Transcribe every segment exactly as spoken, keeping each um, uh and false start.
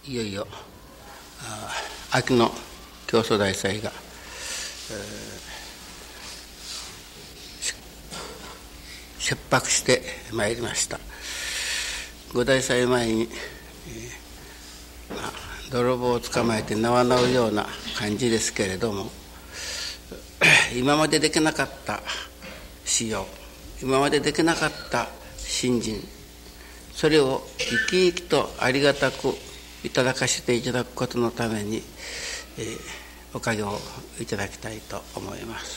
いよいよ秋の教祖大祭が、えー、切迫してまいりました。御大祭前に、えーまあ、泥棒を捕まえて縄なうような感じですけれども、今までできなかった使用、今までできなかった信心、それを生き生きとありがたくいただかせていただくことのために、えー、おかげをいただきたいと思います。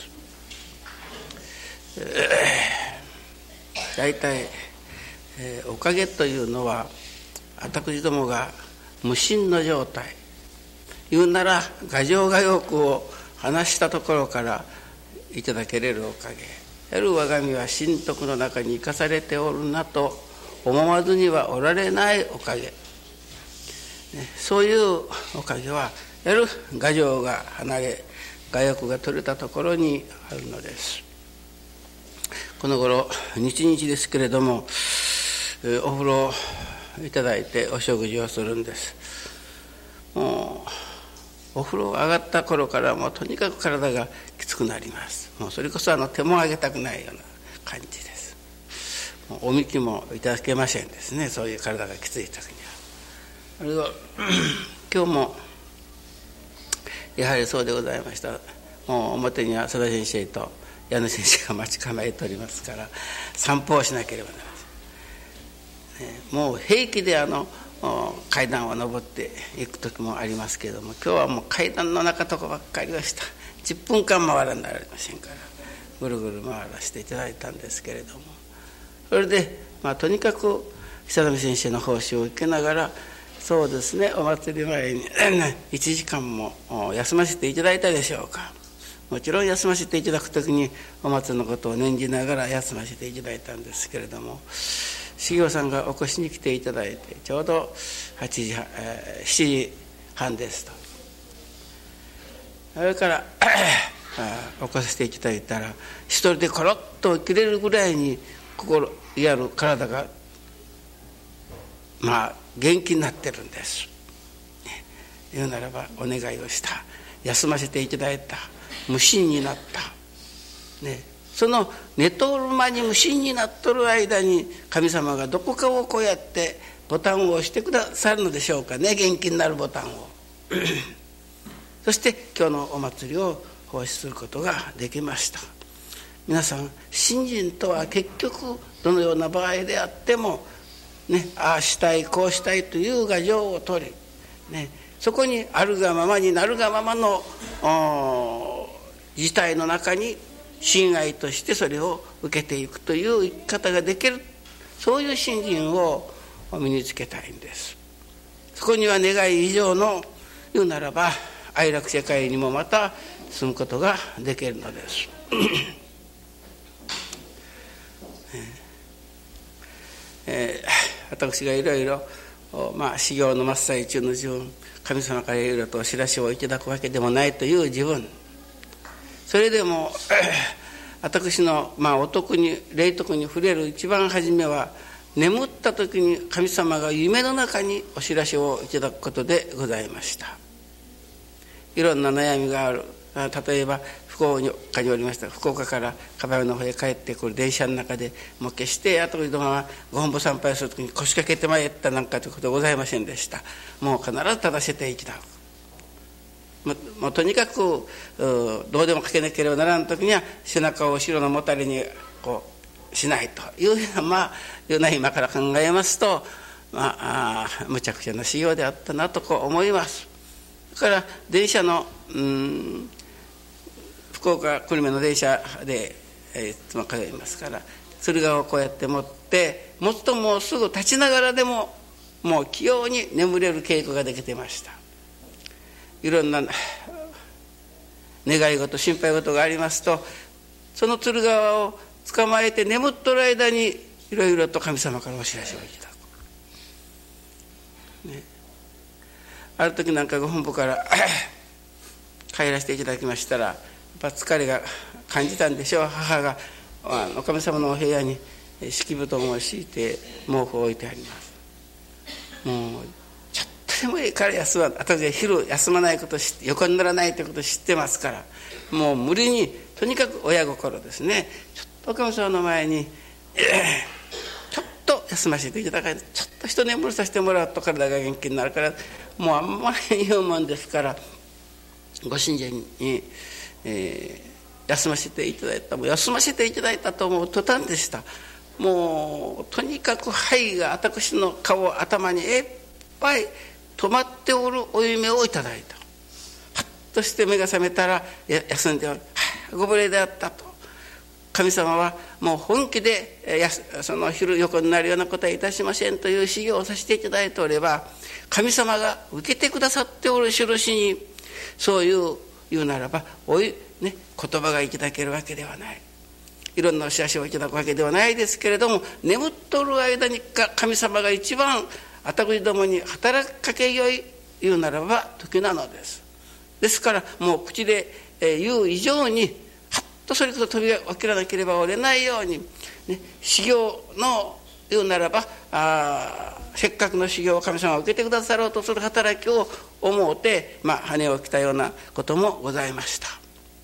えー、大体、えー、おかげというのは私どもが無心の状態、言うなら牙城牙欲を離したところからいただけれるおかげ、やる我が身は神徳の中に生かされておるなと思わずにはおられないおかげ、ね、そういうおかげはやる牙城が離れ牙欲が取れたところにあるのです。この頃日々ですけれども、お風呂をいただいてお食事をするんです。もうお風呂上がった頃からもうとにかく体がきつくなります。もうそれこそあの手も上げたくないような感じです。もうおみきもいただけませんですね、そういう体がきつい時には。あれは今日もやはりそうでございました。もう表には佐田先生と矢野先生が待ち構えておりますから散歩をしなければなりません、ね、もう平気であの階段を上っていく時もありますけれども、今日はもう階段の中とこばっかりをしたじゅっぷんかん回らなられませんからぐるぐる回らせていただいたんですけれども、それで、まあ、とにかく久波先生の奉仕を受けながら、そうですね、お祭り前にいちじかんも休ませていただいたでしょうか。もちろん休ませていただくときにお祭りのことを念じながら休ませていただいたんですけれども、修行さんがお越しに来ていただいてちょうどはちじはん、えー、しちじはんですと、それから起こさせていただいたら一人でコロッと起きれるぐらいに心いわゆる体がまあ元気になってるんです、ね、言うならばお願いをした、休ませていただいた、無心になった、ね、その寝とる間に無心になっとる間に神様がどこかをこうやってボタンを押してくださるのでしょうかね、元気になるボタンをそして今日のお祭りを奉仕することができました。皆さん、信心とは結局どのような場合であっても、ね、ああしたいこうしたいという牙城を取り、ね、そこにあるがままになるがままの事態の中に信愛としてそれを受けていくという生き方ができる、そういう信心を身につけたいんです。そこには願い以上の、言うならば愛楽世界にもまた住むことができるのですえー、私がいろいろまあ修行の真っ最中の自分、神様からいろいろとお知らせをいただくわけでもないという自分、それでも私のまあお徳に霊徳に触れる一番初めは、眠った時に神様が夢の中にお知らせをいただくことでございました。いろんな悩みがある。例えば福岡におりました福岡から蒲生の方へ帰ってくる電車の中でもう決して後のままご本部参拝する時に腰掛けてまいったなんかということはございませんでした。もう必ず正せていきたい。もうもうとにかくどうでもかけなければならん時には背中を後ろのもたれにこうしないというような、まあいうな今から考えますと、まあ、あむちゃくちゃな修行であったなとこう思います。だから電車のうん福岡久留米の電車で、えー、いつも通いますから、鶴ヶをこうやって持ってもっともうすぐ立ちながらでももう器用に眠れる稽古ができてました。いろんな願い事心配事がありますと、その鶴ヶを捕まえて眠っとる間にいろいろと神様からお知らせをいただく、ね、ある時なんかご本部から帰らせていただきましたら、やっぱ疲れが感じたんでしょう。母がお神様のお部屋に敷布団を敷いて毛布を置いてあります。もうちょっとでもいいから休まない、私は昼休まないことを知って、横にならないということを知ってますから、もう無理にとにかく親心ですね、ちょっとおかみさんの前に、えー、ちょっと休ませていただかないと、ちょっと一眠りさせてもらうと体が元気になるから、もうあんまり言うもんですから、ご信者に、えー、休ませていただいた、もう休ませていただいたと思う途端でした。もうとにかく肺が私の顔頭にいっぱい止まっておるお夢をいただいた。はっとして目が覚めたらや休んでおる、はあ、ご無礼であったと。神様はもう本気でやその昼横になるようなことはいたしませんという修行をさせていただいておれば、神様が受けてくださっておる印に、そういう言うならばおい、ね、言葉がいただけるわけではない、いろんなお知らせをいただくわけではないですけれども、眠っとる間に神様が一番あたくじどもに働きかけよい言うならば時なのです。ですからもう口で言う以上にはっとそれこそ飛び起きらなければおれないように、ね、修行の言うならばあせっかくの修行を神様が受けてくださろうとする働きを思うて、まあ、羽を着たようなこともございました。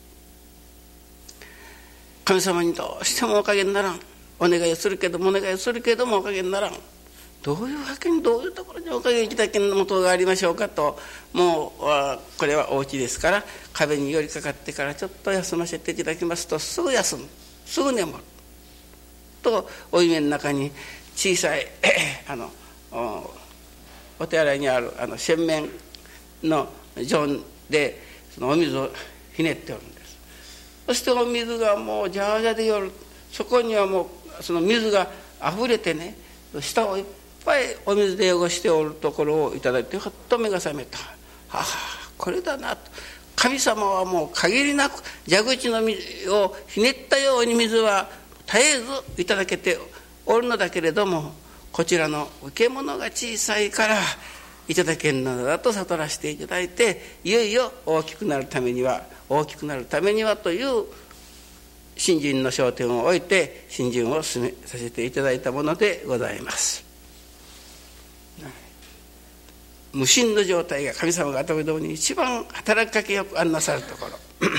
神様にどうしてもおかげにならん、お願いをするけどもお願いをするけどもおかげにならん、どういうわけにどういうところにおかげいただけのもとがありましょうかと、もうこれはお家ですから壁に寄りかかってからちょっと休ませていただきますと、すぐ休む、すぐ眠ると、お夢の中に小さいあの お, お手洗いにあるあの洗面のジョンでそのお水をひねっておるんです。そしてお水がもうジャージャーでよる、そこにはもうその水があふれてね、下をいっぱいお水で汚しておるところをいただいて、ほっと目が覚めた。はあ、これだなと。神様はもう限りなく蛇口の水をひねったように水は絶えずいただけておるのだけれども、こちらの受け物が小さいからいただけるのだと悟らせていただいて、いよいよ大きくなるためには大きくなるためにはという信心の焦点を置いて信心を進めさせていただいたものでございます。無心の状態が神様が頭どもに一番働きかけよく案なさるところ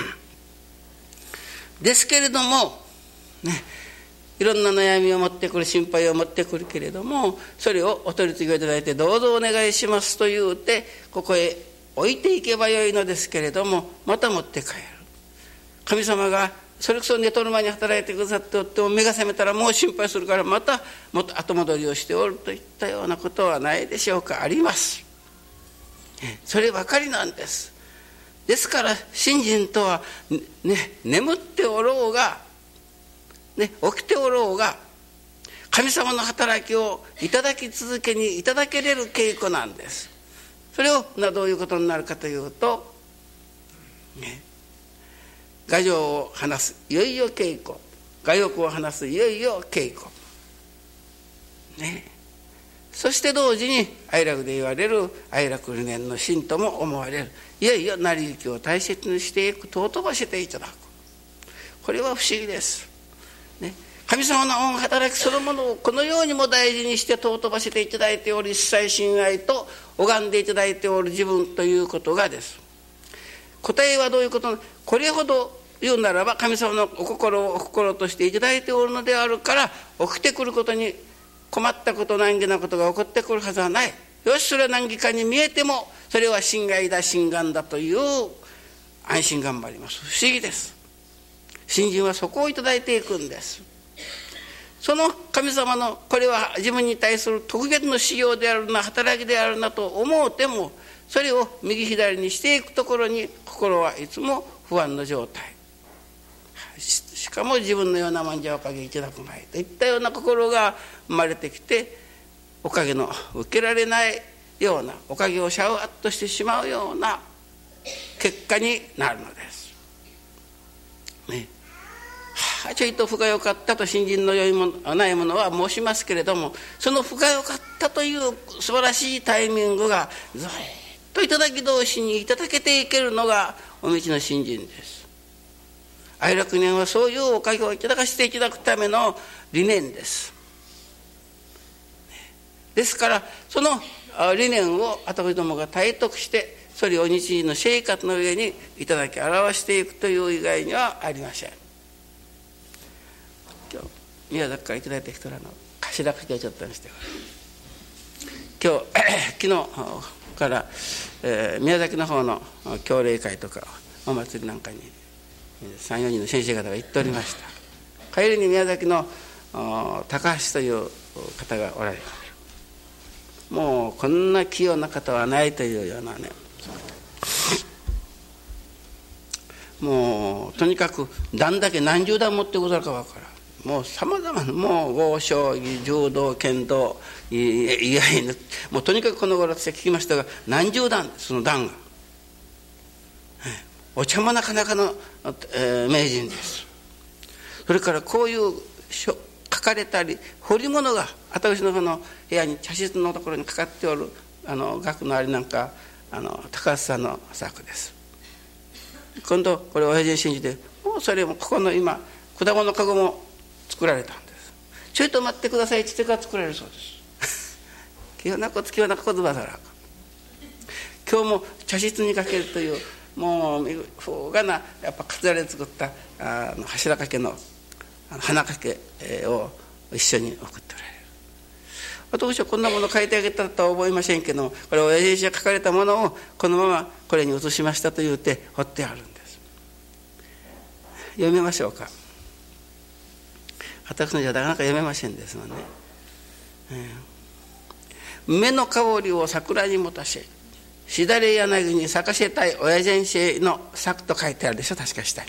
ですけれどもね、いろんな悩みを持ってくる、心配を持ってくるけれども、それをお取り次ぎをいただいてどうぞお願いしますと言うてここへ置いていけばよいのですけれども、また持って帰る。神様がそれこそ寝とる間に働いてくださっておっても、目が覚めたらもう心配するからまたもっと後戻りをしておるといったようなことはないでしょうか。あります。そればかりなんです。ですから信心とは、ね、眠っておろうが、ね、起きておろうが神様の働きをいただき続けにいただけれる稽古なんです。それをどういうことになるかというと、ね、牙城を離すいよいよ稽古、牙欲を離すいよいよ稽古、ね、そして同時に哀楽で言われる哀楽理念の真とも思われる、いよいよ成り行きを大切にしていく、尊ばせていただく。これは不思議です、ね、神様の御働きそのものをこのようにも大事にして尊ばせていただいており、一切信愛と拝んでいただいておる自分ということがです。答えはどういうことなの？これほど言うならば神様のお心をお心としていただいておるのであるから、起きてくることに困ったこと、難儀なことが起こってくるはずはない。よし、それは難儀かに見えてもそれは心外だ、心願だという安心感もあります。不思議です。信心はそこをいただいていくんです。その神様のこれは自分に対する特別の修行であるな、働きであるなと思うても、それを右左にしていくところに心はいつも不安の状態、しかも自分のようなもんじゃおかげいただくまいといったような心が生まれてきて、おかげの受けられないような、おかげをシャワッとしてしまうような結果になるのです、ね。はあ、ちょいと不が良かったと信心の良いものないものは申しますけれども、その不が良かったという素晴らしいタイミングがずっといただき同士にいただけていけるのがお道の信心です。哀楽念はそういうおかげをいただかせていただくための理念です。 ですからその理念を私どもが体得して、それを日々の生活の上にいただき表していくという以外にはありません。今日宮崎からいただいた人らの頭書きをちょっとして、今日昨日から、えー、宮崎の方の教例会とかお祭りなんかにさん、よにんの先生方が行っておりました。帰りに宮崎の高橋という方がおられる。もうこんな器用な方はないというようなね、もうとにかく段だけ何十段持ってござるか分からん。もうさまざまな、もう豪将棋、柔道、剣道以外の、もうとにかくこの頃私は聞きましたが、何十段その段が、お茶もなかなかの、えー、名人です。それからこういう書書かれたり彫り物が私のこの部屋に茶室のところにかかっておるあの額のあれなんか、あの高橋さんの作です。今度これ親父に信じて、もうそれもここの今果物かごも作られたんです。ちょいと待ってくださいって言ってから作られるそうです。気がなこつきはなこつばさら今日も茶室にかけるという、もう風がなやっぱ飾られ作ったあの柱掛けの花掛けを一緒に送っておられる。私はこんなもの書いてあげたとは思いませんけども、これ親父が書かれたものをこのままこれに移しましたと言うて彫ってあるんです。読めましょうか。私のじゃなかなか読めませんですもんね。うん、目の香りを桜に持たせ、しだれ柳に咲かせたい親先生の作と書いてあるでしょ。確かしたい。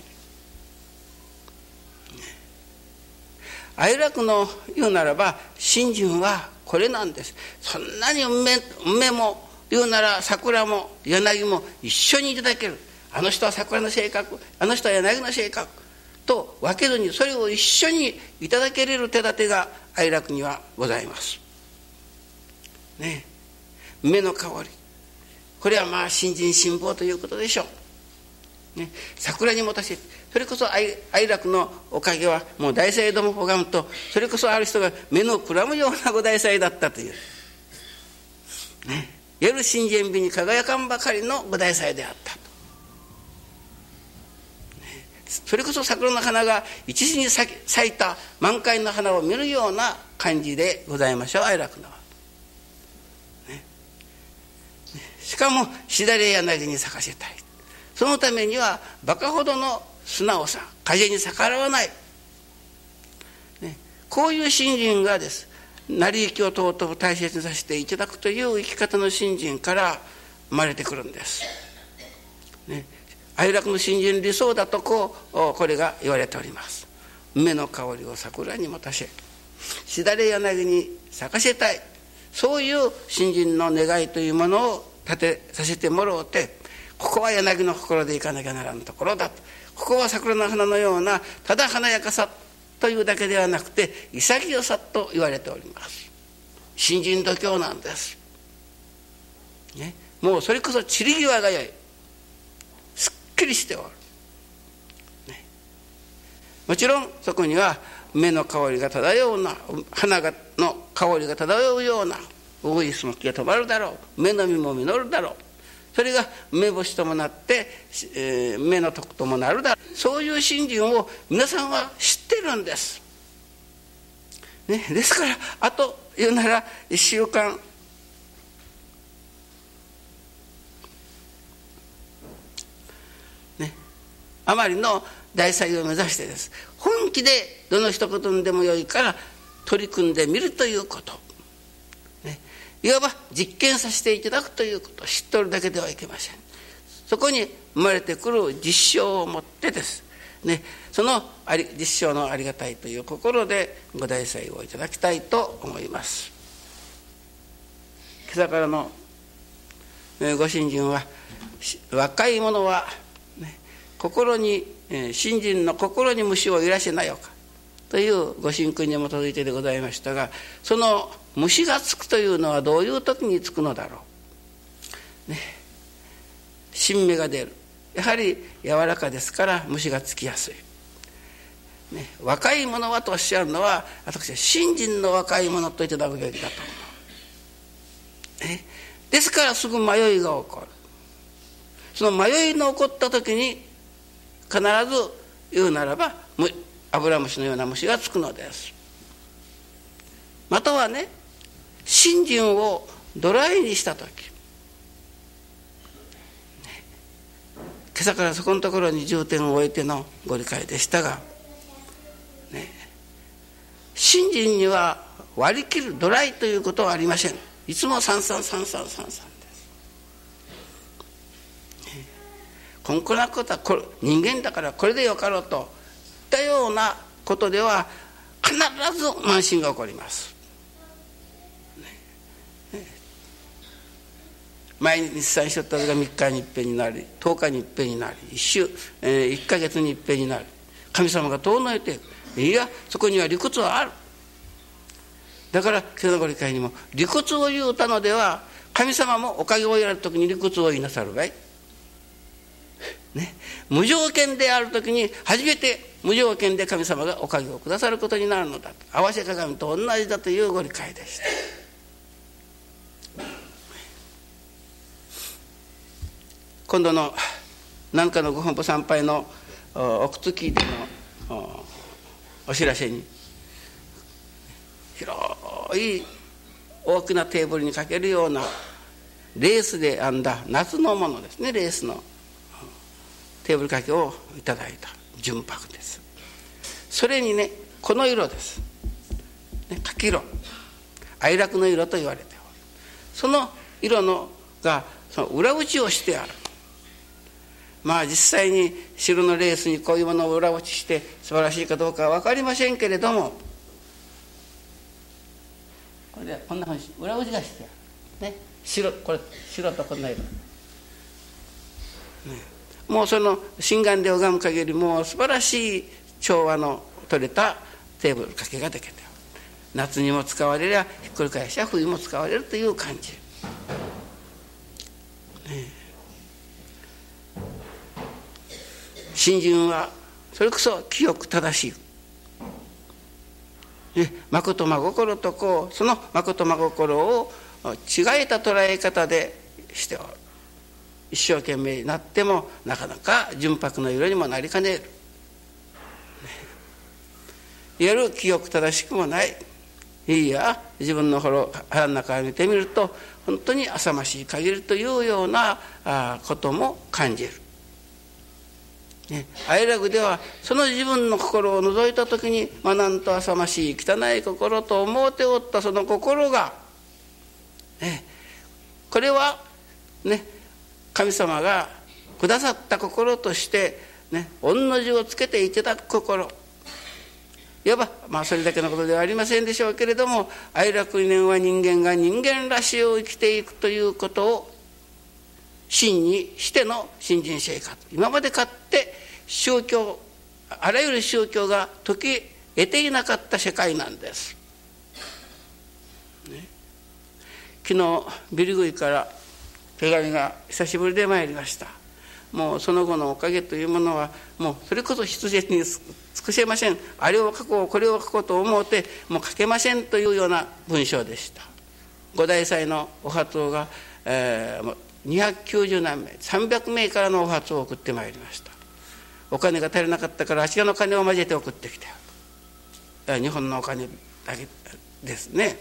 哀楽の言うならば信心はこれなんです。そんなに梅、梅も言うなら桜も柳も一緒にいただける。あの人は桜の性格、あの人は柳の性格と分けずに、それを一緒にいただけれる手立てが哀楽にはございますね。梅の香り、これはまあ信心信望ということでしょう、ね、桜に持たせ、それこそ 愛, 愛楽のおかげはもう大祭ども拝むと、それこそある人が目のくらむようなご大祭だったという、ね、夜新人日に輝かんばかりのご大祭であったと、ね、それこそ桜の花が一時に咲いた満開の花を見るような感じでございましょう、愛楽のは、ね、しかもしだれ柳に咲かせたい。そのためにはバカほどの素直さ、風に逆らわない、ね、こういう信心がです、成り行きを尊く大切にさせていただくという生き方の信心から生まれてくるんです、ね、哀楽の信心理想だとこうこれが言われております。梅の香りを桜に持たせ、しだれ柳に咲かせたい、そういう信心の願いというものを立てさせてもらうて、ここは柳の心でいかなきゃならんところだと、ここは桜の花のようなただ華やかさというだけではなくて潔さと言われております。信心度胸なんです、ね、もうそれこそ散り際がよい、すっきりしておる、ね、もちろんそこには目の香りが漂うな、花がの香りが漂うようなウグイスの木が止まるだろう、目の実も実るだろう、それが目星ともなって、えー、目の徳ともなるだろう、そういう信心を皆さんは知ってるんです、ね、ですからあと言うならいっしゅうかん、ね、あまりの大祭を目指してです、本気でどの一言でもよいから取り組んでみるということ、いわば実験させていただくということを知っておるだけではいけません。そこに生まれてくる実証をもってです、ね、そのあり実証のありがたいという心でご大祭をいただきたいと思います。今朝からのご信心は、若い者は、ね、心に信心の心に虫をいらせなよかというご神訓に基づいてでございましたが、その虫がつくというのはどういう時につくのだろう、ね、新芽が出る、やはり柔らかですから虫がつきやすい、ね、若い者はとおっしゃるのは、私は信心の若い者といただくべきだと思う、 ですからすぐ迷いが起こる。その迷いの起こった時に必ず言うならばアブラムシのような虫がつくのです。またはね、信心をドライにした時、今朝からそこのところに重点を置いてのご理解でしたが、ね、信心には割り切るドライということはありません。いつも三三三三三三です。こんこなことはこれ人間だからこれでよかろうといったようなことでは必ず慢心が起こります。毎日さんしとったのがみっかにいっぺんになり、とおかにいっぺんになり、いっ週、えー、いっかげつにいっぺんになり、神様が遠のいていく。いや、そこには理屈はある。だから今日のご理解にも、理屈を言うたのでは神様もおかげをやるときに理屈を言いなさる場合、ね、無条件であるときに初めて無条件で神様がおかげをくださることになるのだと、合わせ鏡と同じだというご理解でした。今度の何かのご本部参拝の奥月でのお知らせに、広い大きなテーブルにかけるようなレースで編んだ夏のものですね、レースのテーブル掛けをいただいた純白です。それにね、この色です、ね、柿色、哀楽の色と言われておる。その色のがその裏打ちをしてある。まあ実際に白のレースにこういうものを裏打ちして素晴らしいかどうかは分かりませんけれども、これはこんなふうに裏打ちがしてある、ね、白、これ白とこんな色、ね、もうその心眼で拝む限りもう素晴らしい調和の取れたテーブル掛けができてある。夏にも使われりゃひっくり返しは冬も使われるという感じ、ね、信心はそれこそ清く正しい、ね、誠真心とこう、その誠真心を違えた捉え方でしておる。一生懸命になってもなかなか純白の色にもなりかねる、ね、いわゆる清く正しくもない。いいや、自分の腹の中を見てみると本当に浅ましい限りというようなあことも感じる、ね、哀楽ではその自分の心を覗いた時に、まあ、なんと浅ましい汚い心と思うておったその心が、ね、これはね、神様がくださった心として、ね、御の字をつけていただく心、いわば、まあ、それだけのことではありませんでしょうけれども、哀楽念は人間が人間らしを生きていくということを真にしての信心生活。今までかって宗教、あらゆる宗教が解き得ていなかった世界なんです、ね、昨日ビリグイから手紙が久しぶりで参りました。もうその後のおかげというものはもうそれこそ筆舌に尽くせません。あれを書こうこれを書こうと思うてもう書けませんというような文章でした。五大祭のお初をが、えー、にひゃくきゅうじゅうなんめいさんびゃくめいからのお初を送ってまいりました。お金が足りなかったからあちらの金を交えて送ってきた。日本のお金だけですね。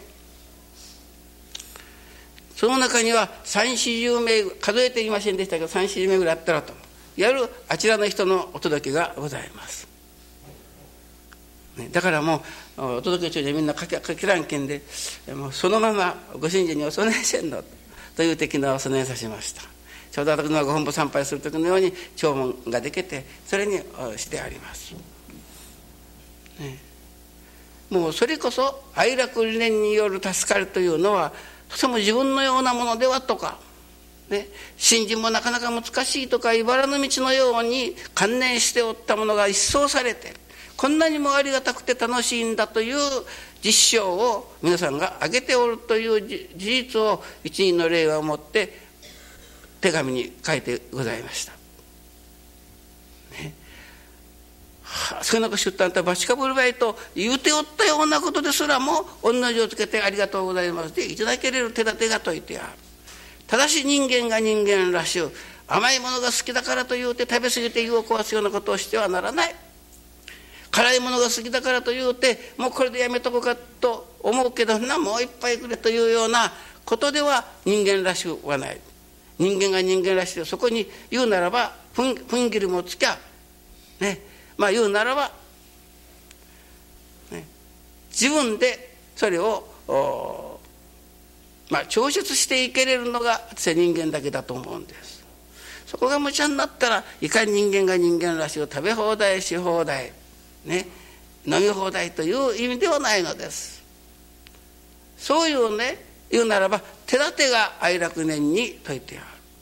その中にはさんじゅう、よんじゅうめい数えていませんでしたけどさんじゅう、よんじゅうめいぐらいあったらとやるあちらの人のお届けがございます、ね、だからもうお届け中でみんな書き書きらんけんでもうそのままご信者にお供えせんのという的なお供えさしました。ちょうど私のご本部参拝する時のように弔問ができてそれにしてあります、ね、もうそれこそ哀楽理念による助かるというのはとても自分のようなものではとか、ね、信心もなかなか難しいとか茨の道のように観念しておったものが一掃されてこんなにもありがたくて楽しいんだという実証を皆さんが挙げておるという事実を一人の例をもって手紙に書いてございました、ね、はあ、それなんか出版とバチカブルバイと言うておったようなことですらも御の字をつけてありがとうございますでいただけれる手立てが説いてある。 ただし人間が人間らしゅう甘いものが好きだからというて食べ過ぎて胃を壊すようなことをしてはならない。辛いものが好きだからというてもうこれでやめとこうかと思うけどな、もう一杯くれというようなことでは人間らしくはない。人間が人間らしく、そこに言うならばふんふんぎりもつきゃね、まあ言うならば、ね、自分でそれをまあ調節していけれるのが私は人間だけだと思うんです。そこが無茶になったらいかに人間が人間らしく食べ放題し放題ね、飲み放題という意味ではないのです。そういうね、言うならば手立てが哀楽念に説いてある。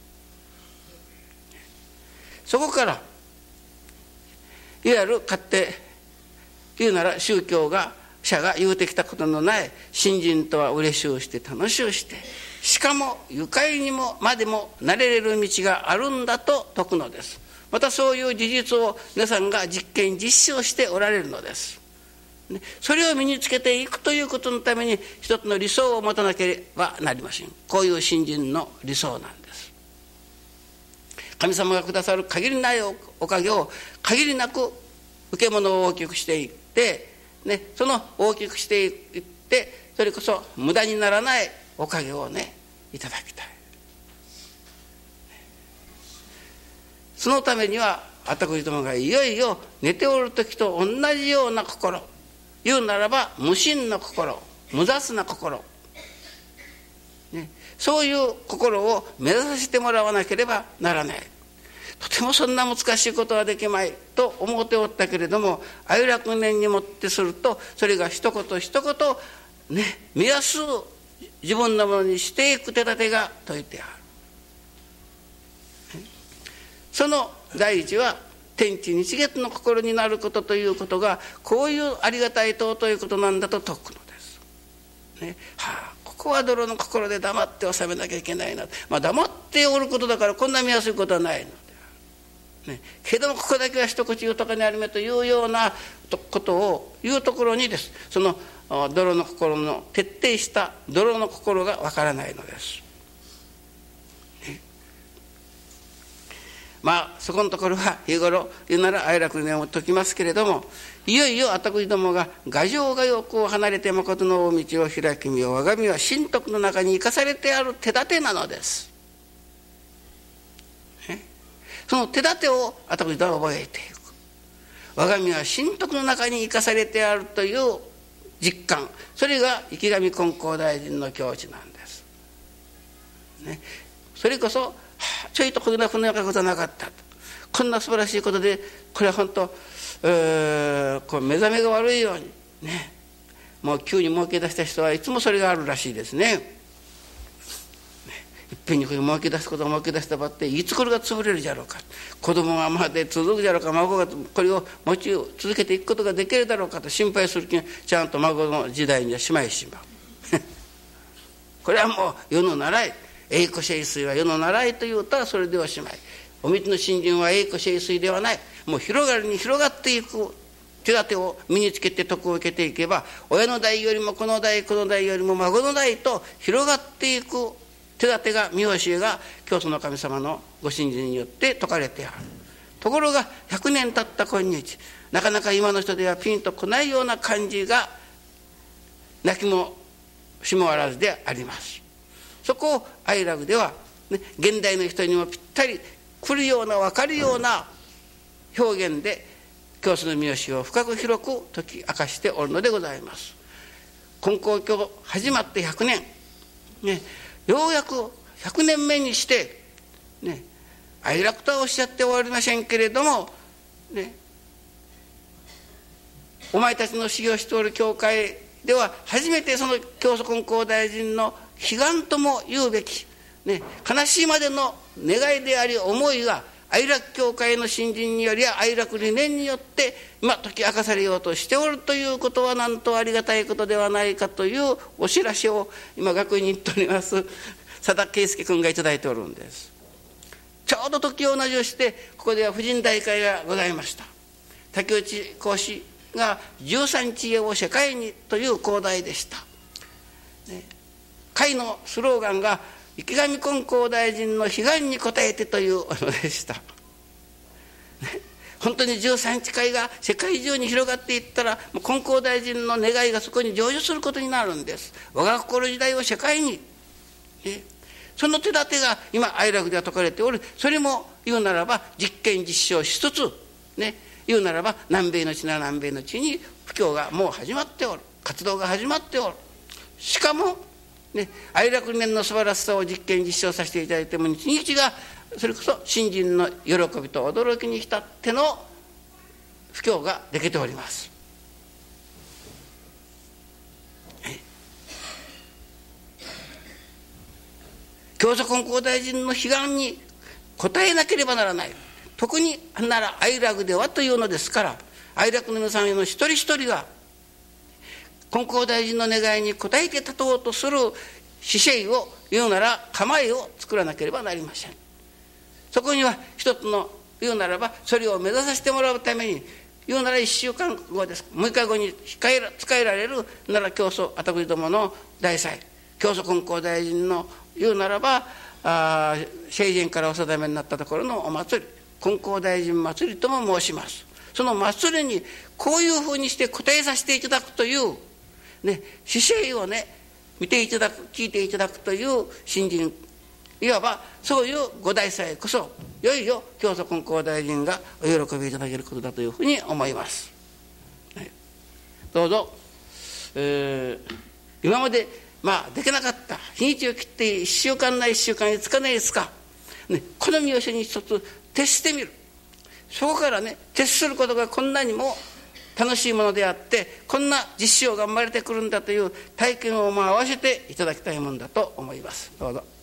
そこからいわゆる勝手言うなら宗教が者が言うてきたことのない信心とは嬉しゅうして楽しゅうして、しかも愉快にもまでもなれれる道があるんだと説くのです。またそういう事実を皆さんが実験実証しておられるのです。それを身につけていくということのために一つの理想を持たなければなりません。こういう信心の理想なんです。神様がくださる限りないおかげを限りなく受け物を大きくしていって、ね、その大きくしていってそれこそ無駄にならないおかげをねいただきたい。そのためには私どもがいよいよ寝ておる時と同じような心、言うならば無心の心、無雑な心、ね、そういう心を目指させてもらわなければならない。とてもそんな難しいことはできまいと思っておったけれども、哀楽念にもってするとそれが一言一言ね、目安を自分のものにしていく手立てが説いてある。その第一は天地日月の心になることということがこういうありがたい尊いことなんだと説くのです、ね、はあ、ここは泥の心で黙って収めなきゃいけないな、まあ、黙っておることだからこんな見やすいことはないのである、ね、けどもここだけは一口豊かにありめというようなことを言うところにです、その泥の心の徹底した泥の心がわからないのです。まあそこのところは日頃言うなら哀楽念を説きますけれども、いよいよ私どもが牙城が欲を離れて誠の大道を開きみよ、我が身は神徳の中に生かされてある手立てなのです。その手立てを私どもは覚えていく。我が身は神徳の中に生かされてあるという実感、それが池上金光大臣の境地なんです、ね、それこそちょいとこんなふうなことはなかったと、こんな素晴らしいことでこれは本当、えー、こう目覚めが悪いようにね、もう急に儲け出した人はいつもそれがあるらしいですね。ね、いっぺんにこれ儲け出すことを儲け出したばっていつこれが潰れるじゃろうか、子供がまで続くじゃろうか、孫がこれを持ち続けていくことができるだろうかと心配する気がちゃんと孫の時代にはしまいしまうこれはもう世の習い、栄枯盛衰は世の習いと言うたらそれでおしまい。お道の信心は栄枯盛衰ではない。もう広がりに広がっていく手立てを身につけて徳を受けていけば、親の代よりもこの代、この代よりも孫の代と広がっていく手立てが、見教えが教祖の神様のご信心によって説かれてある。ところがひゃくねん経った今日、なかなか今の人ではピンとこないような感じが泣きもしもあらずであります。そこを哀楽では、ね、現代の人にもぴったり来るような分かるような表現で教祖の見教えを深く広く解き明かしておるのでございます。金光教始まってひゃくねん、ね、ようやくひゃくねんめにして、ね、哀楽とはおっしゃっておりませんけれども、ね、お前たちの修行しておる教会では初めてその教祖金光大臣の悲願とも言うべき、ね、悲しいまでの願いであり思いが哀楽教会の信心によりや哀楽理念によって今解き明かされようとしておるということはなんとありがたいことではないかというお知らせを今学院に行っております佐田圭介君がいただいておるんです。ちょうど時を同じをしてここでは婦人大会がございました。竹内講師が十三知恵を世界にという講題でした、ね、会のスローガンが池上金光大臣の悲願に応えてというのでした。本当にじゅうさんにち会が世界中に広がっていったら、金光大臣の願いがそこに成就することになるんです。我が心時代を世界に、ね、その手立てが今哀楽では説かれておる。それも言うならば実験実証しつつ、ね、言うならば南米の地なら南米の地に布教がもう始まっておる、活動が始まっておる。しかも、ね、哀楽念の素晴らしさを実験実証させていただいても日々がそれこそ信心の喜びと驚きに浸っての布教ができております。教祖金光大臣の悲願に応えなければならない。特になら哀楽ではというのですから、哀楽の皆さんの一人一人が金光大臣の願いに応えて立とうとする姿勢を言うなら構えを作らなければなりません。そこには一つの言うならばそれを目指させてもらうために言うならいっしゅうかんごです。むいかごに使えられるなら教祖私どもの大祭、教祖金光大臣の言うならばあ聖人からお定めになったところのお祭り、金光大臣祭りとも申します。その祭りにこういうふうにして答えさせていただくというね、姿勢をね見ていただく、聞いていただくという信心、いわばそういうご大祭こそいよいよ教祖金光大臣がお喜びいただけることだというふうに思います、はい、どうぞ、えー、今までまあできなかった日にちを切っていっしゅうかんないいっしゅうかんいつかないですか、ね、この見教えに一つ徹してみる。そこからね徹することがこんなにも楽しいものであって、こんな実証が生まれてくるんだという体験をまあ合わせていただきたいものだと思います。どうぞ。